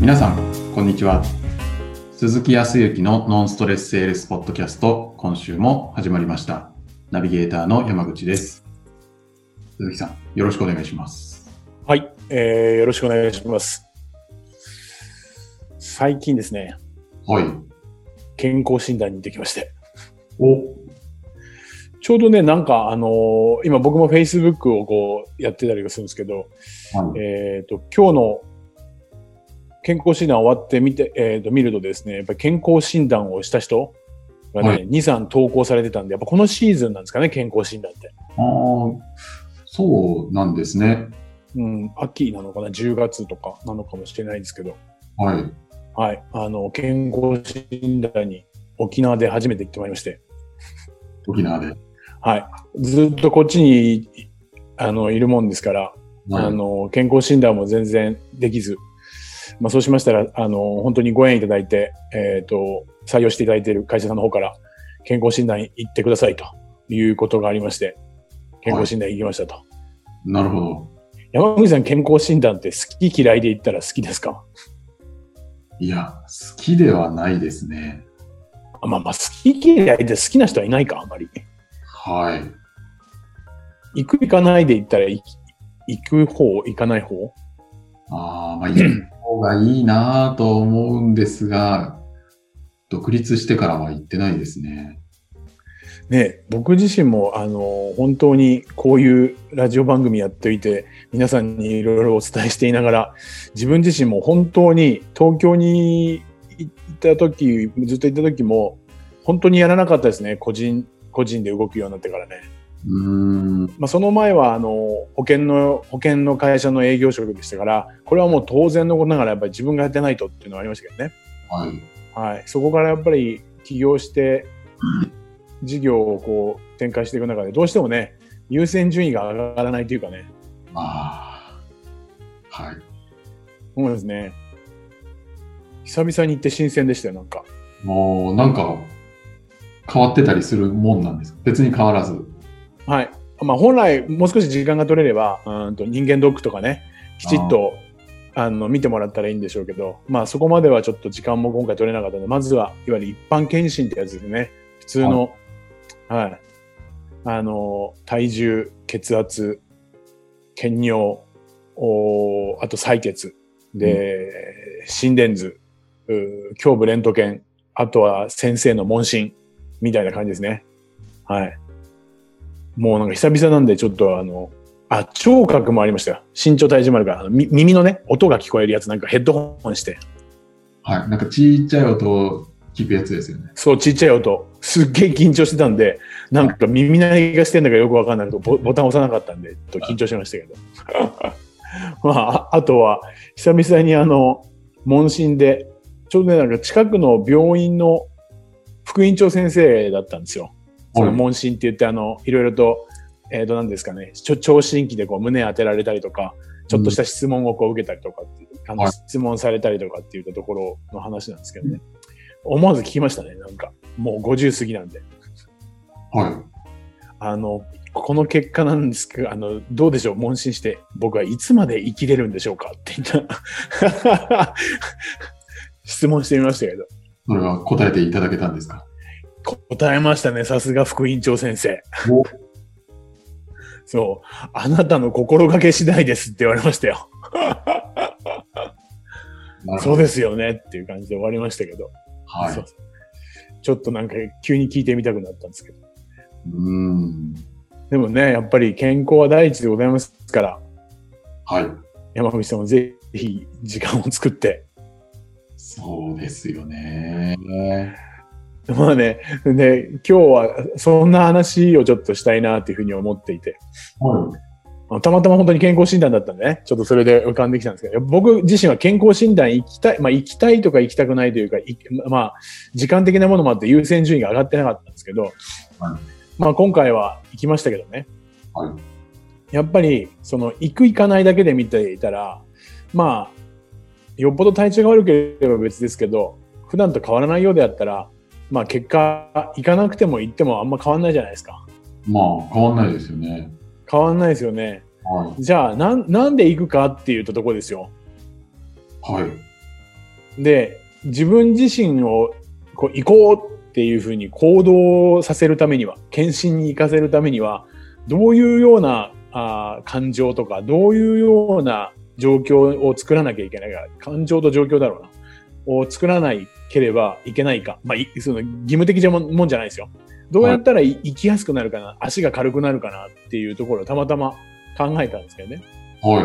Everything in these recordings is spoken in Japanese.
皆さんこんにちは。鈴木康之のノンストレスセールスポッドキャスト、今週も始まりました。ナビゲーターの山口です。鈴木さん、よろしくお願いします。 はい、よろしくお願いします。最近ですね、 はい、 健康診断に行ってきまして、ちょうどね、なんか今僕も Facebook をこうやってたりするんですけど、はい、今日の健康診断終わって見るとですね、やっぱり健康診断をした人がね、はい、2、3投稿されてたんで、やっぱこのシーズンなんですかね、健康診断って。 そうなんですね。 うん、秋なのかな、10月とかなのかもしれないですけど。 はい。 はい。健康診断に沖縄で初めて行ってまいりまして。 沖縄で。 はい。ずっとこっちに、いるもんですから、はい、健康診断も全然できず、まあそうしましたら、本当にご縁いただいて、採用していただいている会社さんの方から、健康診断行ってくださいということがありまして、健康診断行きましたと。はい、 なるほど。 山口さん、健康診断って好き嫌いで言ったら好きですか？ いや、好きではないですね。 まあ好き嫌いで好きな人はいないか、あまり。 はい。 行く行かないで言ったら行く方、行かない方？ まあ行く方がいいなと思うんですが、独立してからは行ってないですね。 ね、僕自身も本当にこういうラジオ番組やっていて皆さんにいろいろお伝えしていながら、自分自身も本当に東京に行った時、ずっと行った時も本当にやらなかったですね。個人で動くようになってからね。まあ、その前は保険の会社の営業職でしたから、これはもう当然のことながらやっぱり自分がやってないとっていうのはありましたけどね。はい。はい。そこからやっぱり起業して事業をこう展開していく中でどうしてもね、優先順位が上がらないというかね。 はい。 そうですね。久々に行って新鮮でしたよ、なんか。 もうなんか変わってたりするもんなんですか？別に変わらず。 はい。まあ本来もう少し時間が取れれば、人間ドックとかね、きちっと見てもらったらいいんでしょうけど、まあそこまではちょっと時間も今回取れなかったので、まずはいわゆる一般検診ってやつですね。普通の、はい。体重、血圧、検尿、あと採血で、心電図、胸部レントゲン、あとは先生の問診みたいな感じですね。はい。もうなんか久々なんでちょっと聴覚もありましたよ。身長体重もあるから、耳のね、音が聞こえるやつなんかヘッドホンして。 はい。なんかちっちゃい音を聞くやつですよね。 そう、ちっちゃい音。すっげえ緊張してたんで、なんか耳鳴りがしてんだかよくわかんないけど、ボタン押さなかったんで、ちょっと緊張しましたけど。まあ、あとは、久々に問診で、ちょうどね、なんか近くの病院の副院長先生だったんですよ。その問診って言って、いろいろと、何ですかね、聴診器でこう胸当てられたりとか、ちょっとした質問をこう受けたりとかっていう、質問されたりとかっていうところの話なんですけどね。思わず聞きましたね、なんか。もう50過ぎなんで。 はい。 この結果なんですけど、どうでしょう、問診して、僕はいつまで生きれるんでしょうかって言った質問してみましたけど。 それは答えていただけたんですか？ 答えましたね、さすが副院長先生。そう、あなたの心がけ次第ですって言われましたよ。そうですよねっていう感じで終わりましたけど。 はい。 そうちょっとなんか急に聞いてみたくなったんですけど。でもね、やっぱり健康は第一でございますから。はい。山口さんもぜひ時間を作って。 そうですよね。 まあね、で、今日はそんな話をちょっとしたいなっていうふうに思っていて。たまたま本当に健康診断だったんでね、ちょっとそれで浮かんできたんですけど、僕自身は健康診断行きたい、まあ行きたいとか行きたくないというか、まあ時間的なものもあって優先順位が上がってなかったんですけど、まあ今回は行きましたけどね。やっぱりその行く行かないだけで見ていたら、まあよっぽど体調が悪ければ別ですけど、普段と変わらないようであったら、まあ結果行かなくても行ってもあんま変わんないじゃないですか。 まあ変わんないですよね。 変わんないですよね。じゃあなんで行くかっていうところですよ。 で、自分自身をこう行こうっていうふうに行動させるためには、献身に行かせるためには、どういうような感情とか、どういうような状況を作らなきゃいけないか、感情と状況だろうな、を作らなければいけないか。まあ、その義務的なもんじゃないですよ。どうやったら生きやすくなるかな、足が軽くなるかなっていうところをたまたま考えたんですけどね。 はい。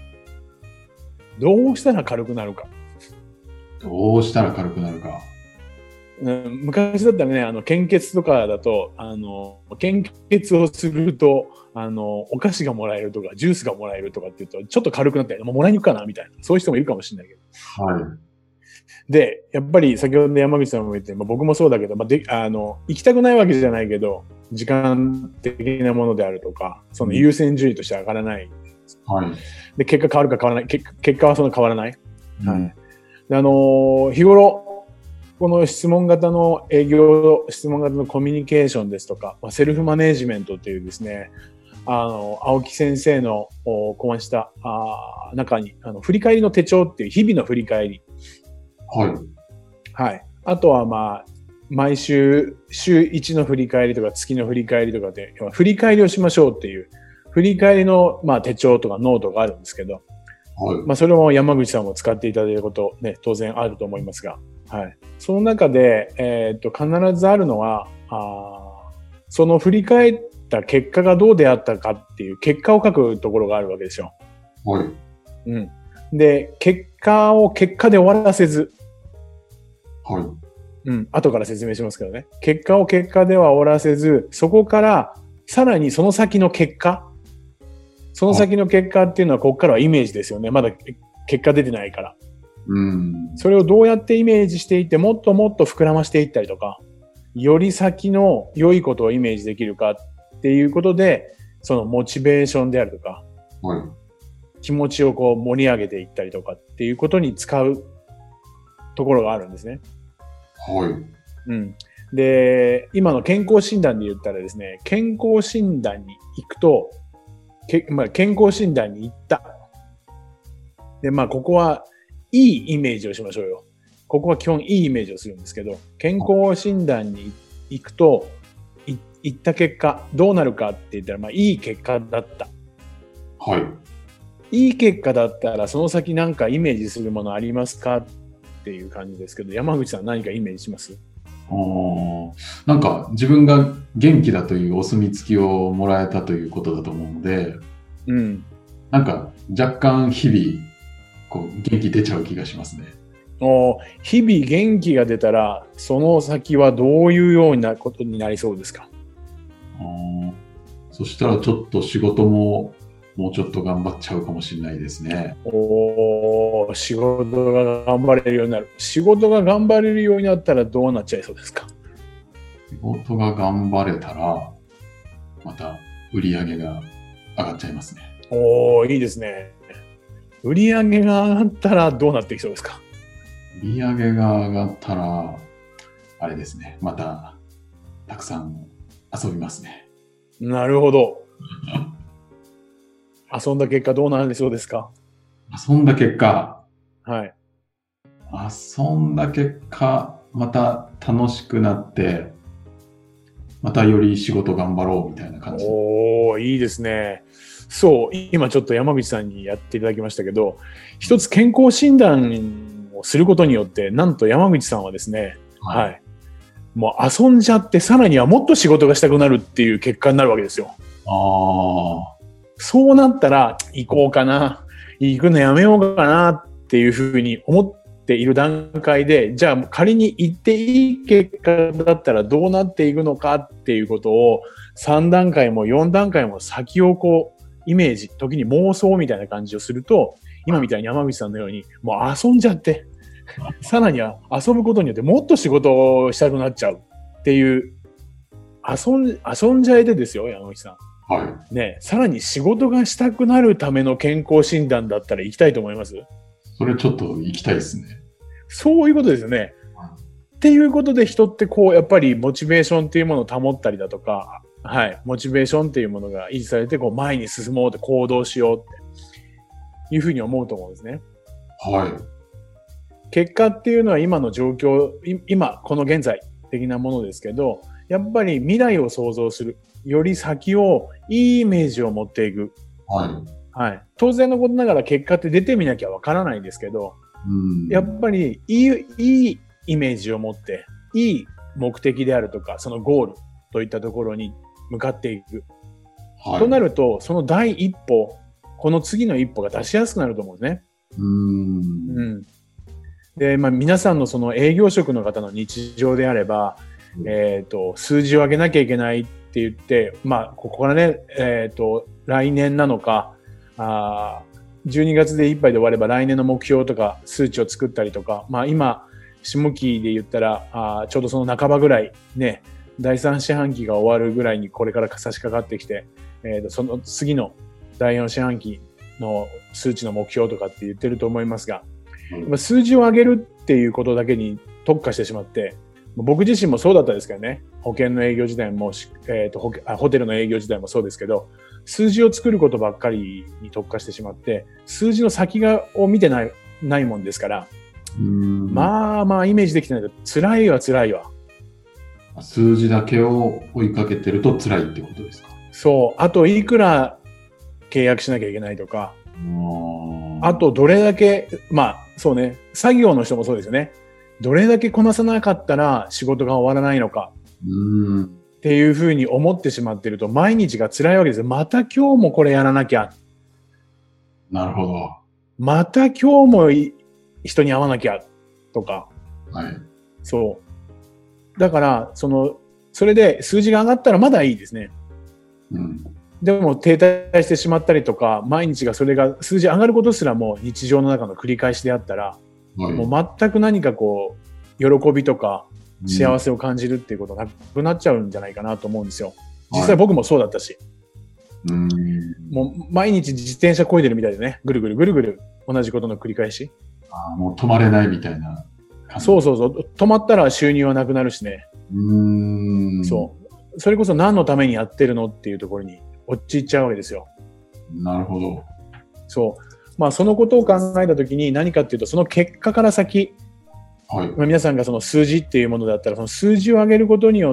どうしたら軽くなるか。 どうしたら軽くなるか。 昔だったらね、献血とかだと、献血をすると、お菓子がもらえるとか、ジュースがもらえるとかって言うと、ちょっと軽くなって、もうもらいに行くかなみたいな。そういう人もいるかもしれないけど。 はい。 で、やっぱり先ほど山口さんも言って、僕もそうだけど、行きたくないわけじゃないけど、時間的なものであるとか、その優先順位として上がらない。 はい。 で、結果変わるか変わらない。結果はその変わらない。 うん、 はい。で日頃、この質問型の営業、質問型のコミュニケーションですとか、セルフマネージメントというですね、青木先生の考案した中に、振り返りの手帳っていう日々の振り返り。 はい。 はい。あとは毎週、週1の振り返りとか月の振り返りとかで、振り返りをしましょうっていう、振り返りの、手帳とかノートがあるんですけど、 はい。 それも山口さんも使っていただいることね、当然あると思いますが、はい。その中で、必ずあるのは、その振り返った結果がどうであったかっていう結果を書くところがあるわけですよ。 はい。 うん。で、結果を結果で終わらせず、 はい。 うん。後から説明しますけどね。結果を結果では終わらせず、そこからさらにその先の結果、その先の結果っていうのはここからはイメージですよね。まだ結果出てないから。それをどうやってイメージしていって、もっともっと膨らましていったりとか、より先の良いことをイメージできるかっていうことで、そのモチベーションであるとか、 はい。 気持ちをこう盛り上げていったりとかっていうことに使うところがあるんですね。 はい。 うん。で、今の健康診断で言ったらですね、健康診断に行くと、健康診断に行った。で、ここはいいイメージをしましょうよ。ここは基本いいイメージをするんですけど、健康診断に行くと、行った結果、どうなるかって言ったら、いい結果だった。 はい。 いい結果だったら、その先なんかイメージするものありますかっていう感じですけど、山口さん何かイメージします？ なんか自分が元気だというお墨付きをもらえたということだと思うので、 うん。 なんか若干日々元気出ちゃう気がしますね。 日々元気が出たら、その先はどういうようなことになりそうですか？ そしたらちょっと仕事ももうちょっと頑張っちゃうかもしれないですね。 仕事が頑張れるようになる。仕事が頑張れるようになったらどうなっちゃいそうですか？ 仕事が頑張れたら、また売り上げが上がっちゃいますね。 いいですね。売り上げが上がったらどうなっていきそうですか？ 売り上げが上がったら、あれですね。またたくさん遊びますね。 なるほど。遊んだ結果どうなりそうですか？ 遊んだ結果、 はい。 遊んだ結果、また楽しくなって、またより仕事頑張ろうみたいな感じ。 いいですね。そう、今ちょっと山口さんにやっていただきましたけど、一つ健康診断をすることによって、なんと山口さんはですね、はい。もう遊んじゃって、さらにはもっと仕事がしたくなるっていう結果になるわけですよ。そうなったら、行こうかな、行くのやめようかなっていうふうに思っている段階で、じゃあ仮に行っていい結果だったらどうなっていくのかっていうことを3段階も4段階も先をイメージ、時に妄想みたいな感じをすると、今みたいに山口さんのようにもう遊んじゃって、さらには遊ぶことによってもっと仕事をしたくなっちゃうっていう、遊んじゃえてですよ、山口さん。 はい。 ね、さらに仕事がしたくなるための健康診断だったら行きたいと思います？ それちょっと行きたいですね。 そういうことですよね。っていうことで人ってやっぱりモチベーションっていうものを保ったりだとか、はい、モチベーションっていうものが維持されて前に進もうって行動しようっていうふうに思うと思うんですね。 はい。 結果っていうのは今の状況、今、この現在的なものですけど、やっぱり未来を想像する。より先を、いいイメージを持っていく。 はい。 はい。当然のことながら結果って出てみなきゃわからないんですけど、やっぱりいいイメージを持って、いい目的であるとか、そのゴールといったところに向かっていく。はい、となると、その第一歩、この次の一歩が出しやすくなると思うんですね。で、皆さんのその営業職の方の日常であれば、数字を上げなきゃいけないって言って、ここからね、来年なのか、12月でいっぱいで終われば来年の目標とか数値を作ったりとか、今、下期で言ったら、ちょうどその半ばぐらいね、第3四半期が終わるぐらいにこれから差し掛かってきて、その次の第4四半期の数値の目標とかって言ってると思いますが、数字を上げるっていうことだけに特化してしまって、僕自身もそうだったですけどね、保険の営業時代も、ホテルの営業時代もそうですけど、数字を作ることばっかりに特化してしまって、数字の先を見てないもんですから、イメージできてないと辛いわ。 数字だけを追いかけてると辛いってことですか？ そう。あと、いくら契約しなきゃいけないとか、あと、どれだけ、そうね、作業の人もそうですよね。どれだけこなさなかったら仕事が終わらないのか。っていうふうに思ってしまっていると、毎日が辛いわけですよ。また今日もこれやらなきゃ。 なるほど。 また今日も人に会わなきゃ。とか。 はい。 そう。だから、それで数字が上がったらまだいいですね。でも停滞してしまったりとか、毎日がそれが数字上がることすらも日常の中の繰り返しであったら、もう全く何か喜びとか幸せを感じるっていうことなくなっちゃうんじゃないかなと思うんですよ。実際僕もそうだったし。もう毎日自転車漕いでるみたいでね、ぐるぐる同じことの繰り返し。 もう止まれないみたいな感じ。 そう。止まったら収入はなくなるしね。そう。それこそ何のためにやってるのっていうところに陥っちゃうわけですよ。 なるほど。 そう。そのことを考えたときに何かっていうと、その結果から先、皆さんがその数字っていうものだったら、その数字を上げることによって、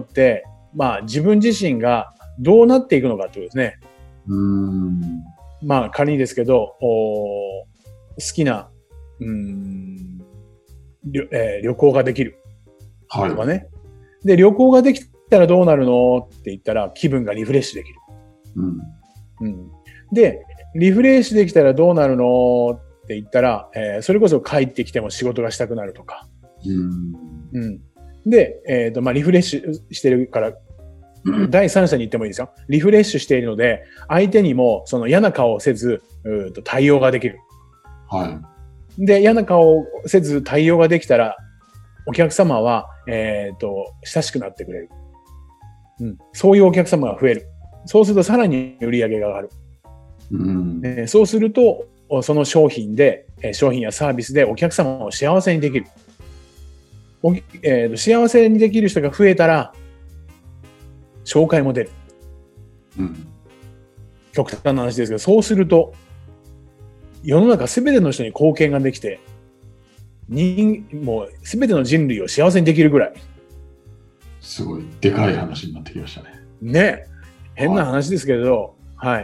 自分自身がどうなっていくのかってことですね。仮にですけど、好きな、旅行ができる。とかね。で、旅行ができたらどうなるのって言ったら、気分がリフレッシュできる。で、リフレッシュできたらどうなるのって言ったら、それこそ帰ってきても仕事がしたくなるとか。で、リフレッシュしてるから、第三者に言ってもいいですよ。リフレッシュしているので、相手にもその嫌な顔をせず、対応ができる。で、嫌な顔をせず対応ができたら、お客様は、親しくなってくれる。そういうお客様が増える。そうするとさらに売り上げが上がる。そうすると、その商品やサービスでお客様を幸せにできる。幸せにできる人が増えたら、紹介も出る。極端な話ですけど、そうすると、世の中すべての人に貢献ができて、もうすべての人類を幸せにできるぐらい。 すごい、でかい話になってきましたね。 ね。変な話ですけど、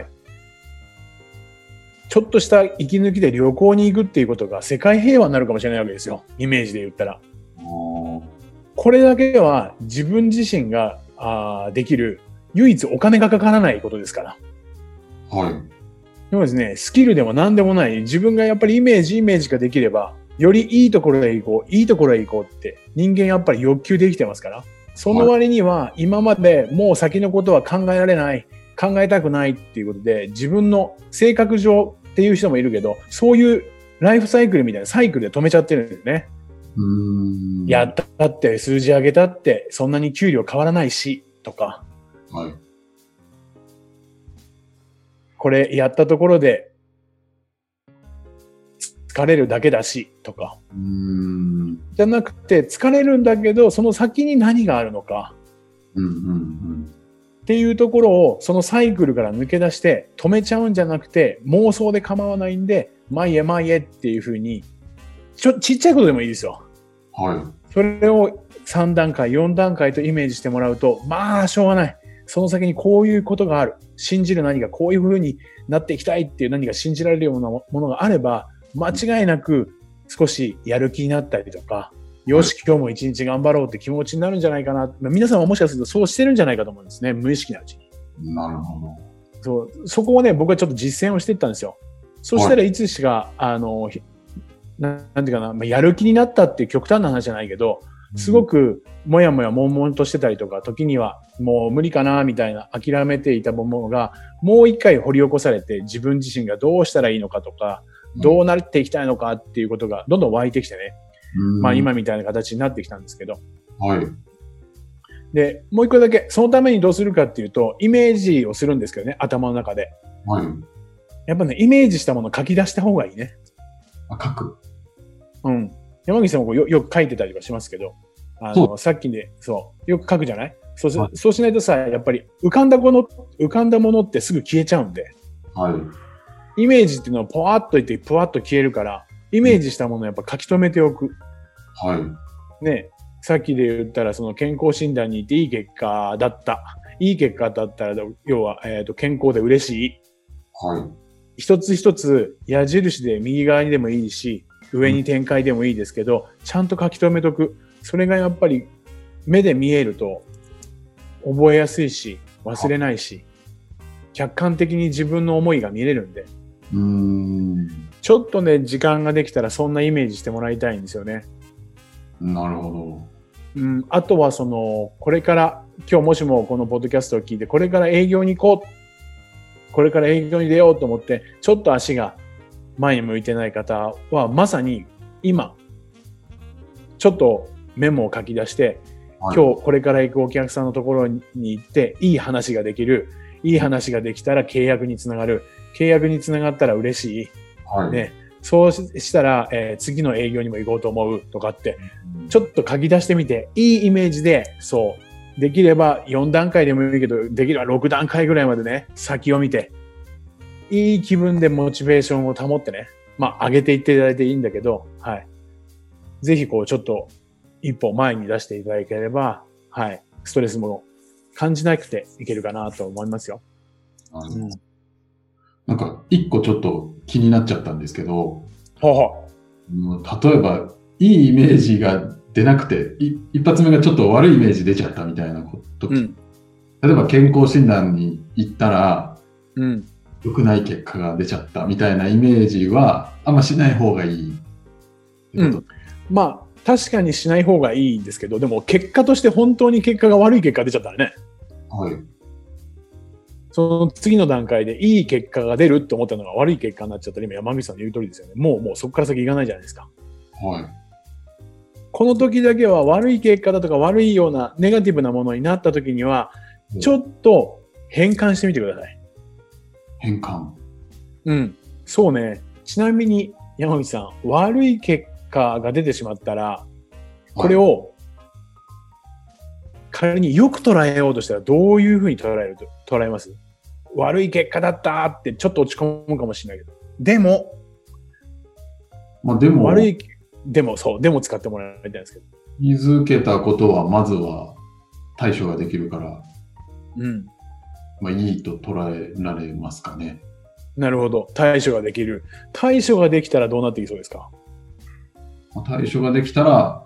ちょっとした息抜きで旅行に行くっていうことが世界平和になるかもしれないわけですよ。イメージで言ったら。これだけは自分自身ができる唯一お金がかからないことですから。でもですね、スキルでも何でもない自分がやっぱりイメージができれば、よりいいところへ行こうって人間やっぱり欲求できてますから。その割には今までもう先のことは考えられない、考えたくないっていうことで自分の性格上っていう人もいるけど、そういうライフサイクルみたいなサイクルで止めちゃってるんですね。やったって数字上げたってそんなに給料変わらないしとか、これやったところで疲れるだけだしとか、じゃなくて疲れるんだけどその先に何があるのかっていうところをそのサイクルから抜け出して止めちゃうんじゃなくて、妄想で構わないんで前へっていうふうにちっちゃいことでもいいですよ。 はい。 それを3段階、4段階とイメージしてもらうと、まあ、しょうがない。その先にこういうことがある。信じる何か、こういう風になっていきたいっていう何か信じられるようなものがあれば、間違いなく少しやる気になったりとか、よし、今日も一日頑張ろうって気持ちになるんじゃないかな。皆さんはもしかするとそうしてるんじゃないかと思うんですね。無意識なうちに。 なるほど。 そこをね、僕はちょっと実践をしていったんですよ。そしたらいつしか、なんていうかな、やる気になったっていう極端な話じゃないけど、すごくもやもや悶々としてたりとか、時にはもう無理かなみたいな諦めていたものが、もう一回掘り起こされて、自分自身がどうしたらいいのかとか、どうなっていきたいのかっていうことがどんどん湧いてきてね。まあ今みたいな形になってきたんですけど。 はい。 で、もう一個だけ、そのためにどうするかっていうと、イメージをするんですけどね、頭の中で。 はい。 やっぱね、イメージしたものを書き出した方がいいね。 書く。 うん。山口さんもよく書いてたりはしますけど、さっきね、よく書くじゃない？そうしないとさ、やっぱり浮かんだものってすぐ消えちゃうんで。 はい。 イメージっていうのはポワッといってプワッと消えるから、イメージしたものをやっぱ書き留めておく。 はい。 ね、さっきで言ったらその健康診断に行っていい結果だった。いい結果だったら、要は、健康で嬉しい。 はい。 一つ一つ矢印で右側にでもいいし、上に展開でもいいですけど、ちゃんと書き留めとく。それがやっぱり目で見えると覚えやすいし、忘れないし、客観的に自分の思いが見れるんで。ちょっとね、時間ができたらそんなイメージしてもらいたいんですよね。 なるほど。あとはこれから、今日もしもこのポッドキャストを聞いて、これから営業に行こう。これから営業に出ようと思って、ちょっと足が前に向いてない方は、まさに今、ちょっとメモを書き出して、はい、今日これから行くお客さんのところに行って、いい話ができる。いい話ができたら契約につながる。契約につながったら嬉しい。はい、ね。そうしたら、次の営業にも行こうと思うとかって、ちょっと書き出してみて、いいイメージで、できれば4段階でもいいけど、できれば6段階ぐらいまでね、先を見て、いい気分でモチベーションを保ってね、上げていっていただいていいんだけど、はい。ぜひちょっと一歩前に出していただければ、はい。ストレスも感じなくていけるかなと思いますよ。 なんか、一個ちょっと気になっちゃったんですけど、例えば、いいイメージが出なくて、一発目がちょっと悪いイメージ出ちゃったみたいなこと、例えば健康診断に行ったら、良くない結果が出ちゃったみたいなイメージは、あんましない方がいいってこと。 確かにしない方がいいんですけど、でも結果として本当に結果が悪い結果が出ちゃったらね。 はい。 その次の段階でいい結果が出るって思ったのが悪い結果になっちゃったら、今山口さんの言う通りですよね。もうそこから先行かないじゃないですか。 はい。 この時だけは悪い結果だとか悪いようなネガティブなものになった時には、ちょっと変換してみてください。 変換。 そうね。ちなみに山口さん、悪い結果が出てしまったら、これを仮によく捉えようとしたらどういうふうに捉えます？悪い結果だったってちょっと落ち込むかもしれないけど。でも、でも使ってもらいたいんですけど。 気づけたことは、まずは対処ができるから、いいと捉えられますかね。 なるほど。対処ができる。対処ができたらどうなっていきそうですか？ 対処ができたら、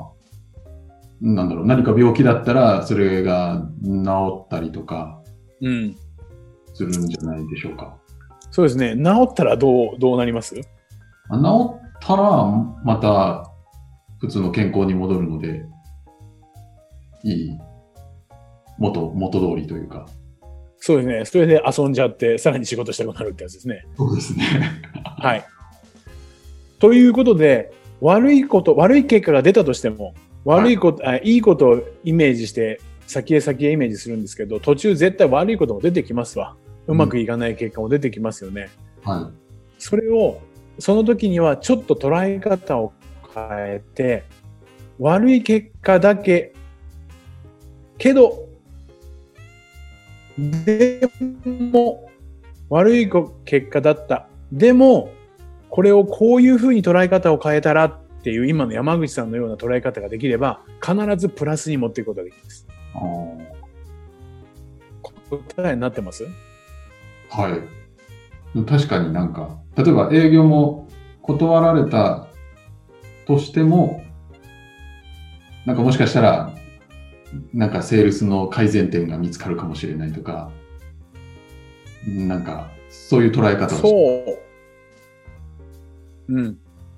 何か病気だったら、それが治ったりとか、するんじゃないでしょうか。 そうですね。治ったらどうなります？ 治ったら、また普通の健康に戻るので、いい、元通りというか。 そうですね。それで遊んじゃって、さらに仕事したくなるってやつですね。 そうですね。 はい。ということで、悪い結果が出たとしても、いいことをイメージして、先へイメージするんですけど、途中絶対悪いことも出てきますわ。うまくいかない結果も出てきますよね。それを、その時にはちょっと捉え方を変えて、悪い結果だけでも、悪い結果だった。でも、 これをこういうふうに捉え方を変えたらっていう今の山口さんのような捉え方ができれば、必ずプラスに持っていくことができます。答えになってます？ はい。確かになんか、例えば営業も断られたとしても、なんかもしかしたら、なんかセールスの改善点が見つかるかもしれないとか、なんかそういう捉え方をして。 そう。うん。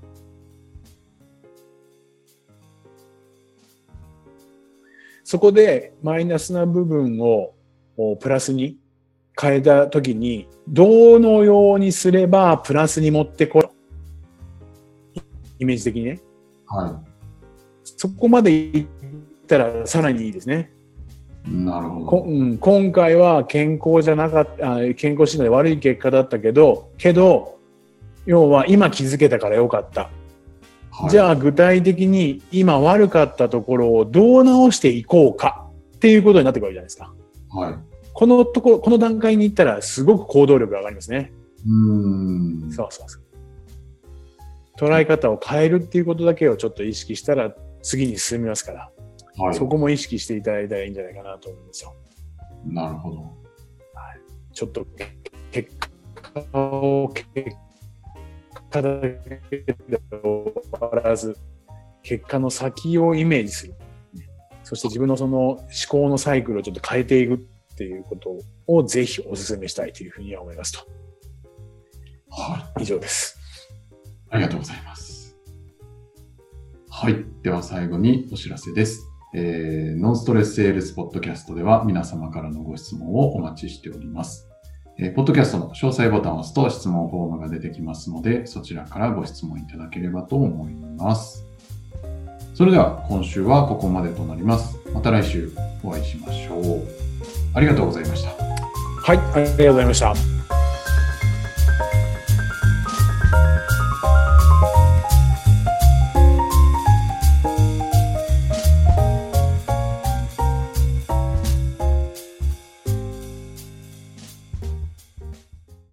そこでマイナスな部分をプラスに変えたときに、どのようにすればプラスに持ってこよう。イメージ的にね。 はい。 そこまでいったらさらにいいですね。 なるほど。 今回は健康じゃなかった、健康診断で悪い結果だったけど、要は今気づけたからよかった。はい、じゃあ具体的に今悪かったところをどう直していこうかっていうことになってくるじゃないですか。 はい。 この段階に行ったらすごく行動力が上がりますね。そう。捉え方を変えるっていうことだけをちょっと意識したら次に進みますから、はい、そこも意識していただいたらいいんじゃないかなと思うんですよ。 なるほど。はい、 ちょっと結果だけで終わらず、結果の先をイメージする。そして自分のその思考のサイクルをちょっと変えていくっていうことをぜひお勧めしたいというふうには思いますと。 はい。 以上です。 ありがとうございます。はい。では最後にお知らせです。ノンストレスセールスポッドキャストでは皆様からのご質問をお待ちしております。ポッドキャストの詳細ボタンを押すと質問フォームが出てきますので、そちらからご質問いただければと思います。それでは今週はここまでとなります。また来週お会いしましょう。ありがとうございました。 はい、ありがとうございました。